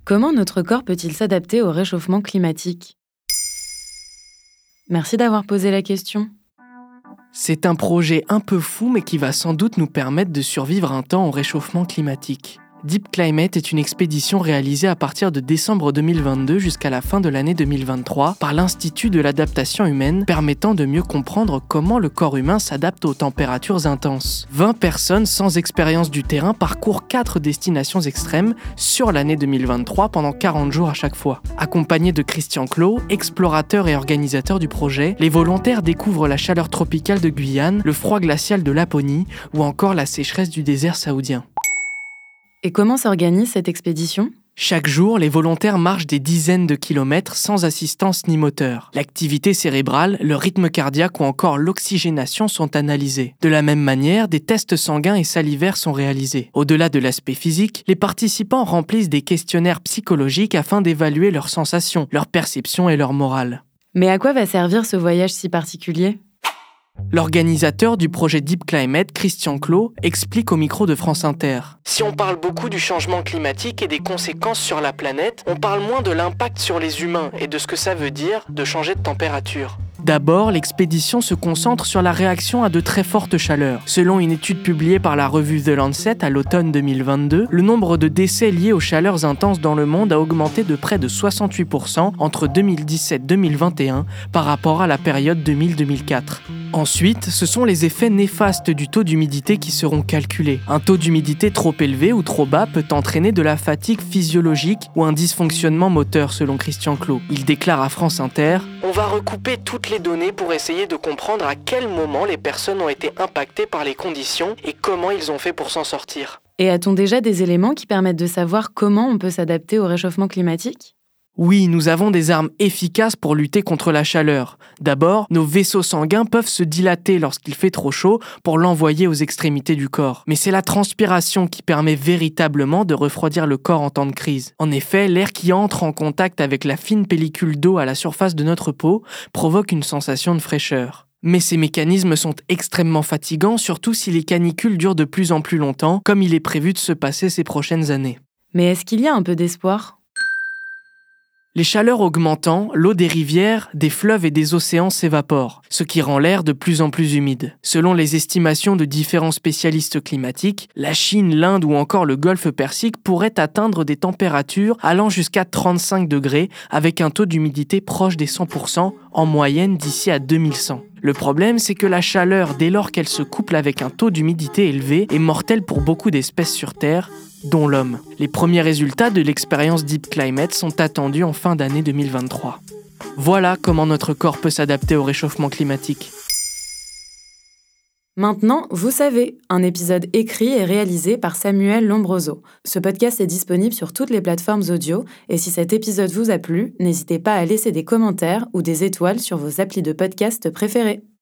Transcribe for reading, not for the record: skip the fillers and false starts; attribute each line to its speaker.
Speaker 1: Comment notre corps peut-il s'adapter au réchauffement climatique ? Merci d'avoir posé la question.
Speaker 2: C'est un projet un peu fou mais qui va sans doute nous permettre de survivre un temps au réchauffement climatique. Deep Climate est une expédition réalisée à partir de décembre 2022 jusqu'à la fin de l'année 2023 par l'Institut de l'adaptation humaine, permettant de mieux comprendre comment le corps humain s'adapte aux températures intenses. 20 personnes sans expérience du terrain parcourent 4 destinations extrêmes sur l'année 2023 pendant 40 jours à chaque fois. Accompagnés de Christian Clot, explorateur et organisateur du projet, les volontaires découvrent la chaleur tropicale de Guyane, le froid glacial de Laponie ou encore la sécheresse du désert saoudien.
Speaker 1: Et comment s'organise cette expédition ?
Speaker 2: Chaque jour, les volontaires marchent des dizaines de kilomètres sans assistance ni moteur. L'activité cérébrale, le rythme cardiaque ou encore l'oxygénation sont analysés. De la même manière, des tests sanguins et salivaires sont réalisés. Au-delà de l'aspect physique, les participants remplissent des questionnaires psychologiques afin d'évaluer leurs sensations, leur perception et leur morale.
Speaker 1: Mais à quoi va servir ce voyage si particulier ?
Speaker 2: L'organisateur du projet Deep Climate, Christian Clot, explique au micro de France Inter. Si on parle beaucoup du changement climatique et des conséquences sur la planète, on parle moins de l'impact sur les humains et de ce que ça veut dire de changer de température. D'abord, l'expédition se concentre sur la réaction à de très fortes chaleurs. Selon une étude publiée par la revue The Lancet à l'automne 2022, le nombre de décès liés aux chaleurs intenses dans le monde a augmenté de près de 68% entre 2017-2021 par rapport à la période 2000-2004. Ensuite, ce sont les effets néfastes du taux d'humidité qui seront calculés. Un taux d'humidité trop élevé ou trop bas peut entraîner de la fatigue physiologique ou un dysfonctionnement moteur selon Christian Clot. Il déclare à France Inter « On va recouper toutes les données pour essayer de comprendre à quel moment les personnes ont été impactées par les conditions et comment ils ont fait pour s'en sortir. »
Speaker 1: Et a-t-on déjà des éléments qui permettent de savoir comment on peut s'adapter au réchauffement climatique ?
Speaker 2: Oui, nous avons des armes efficaces pour lutter contre la chaleur. D'abord, nos vaisseaux sanguins peuvent se dilater lorsqu'il fait trop chaud pour l'envoyer aux extrémités du corps. Mais c'est la transpiration qui permet véritablement de refroidir le corps en temps de crise. En effet, l'air qui entre en contact avec la fine pellicule d'eau à la surface de notre peau provoque une sensation de fraîcheur. Mais ces mécanismes sont extrêmement fatigants, surtout si les canicules durent de plus en plus longtemps, comme il est prévu de se passer ces prochaines années.
Speaker 1: Mais est-ce qu'il y a un peu d'espoir ?
Speaker 2: Les chaleurs augmentant, l'eau des rivières, des fleuves et des océans s'évapore, ce qui rend l'air de plus en plus humide. Selon les estimations de différents spécialistes climatiques, la Chine, l'Inde ou encore le golfe Persique pourraient atteindre des températures allant jusqu'à 35 degrés avec un taux d'humidité proche des 100% en moyenne d'ici à 2100. Le problème, c'est que la chaleur, dès lors qu'elle se couple avec un taux d'humidité élevé, est mortelle pour beaucoup d'espèces sur Terre, dont l'homme. Les premiers résultats de l'expérience Deep Climate sont attendus en fin d'année 2023. Voilà comment notre corps peut s'adapter au réchauffement climatique.
Speaker 1: Maintenant, vous savez, un épisode écrit et réalisé par Samuel Lombroso. Ce podcast est disponible sur toutes les plateformes audio et si cet épisode vous a plu, n'hésitez pas à laisser des commentaires ou des étoiles sur vos applis de podcast préférés.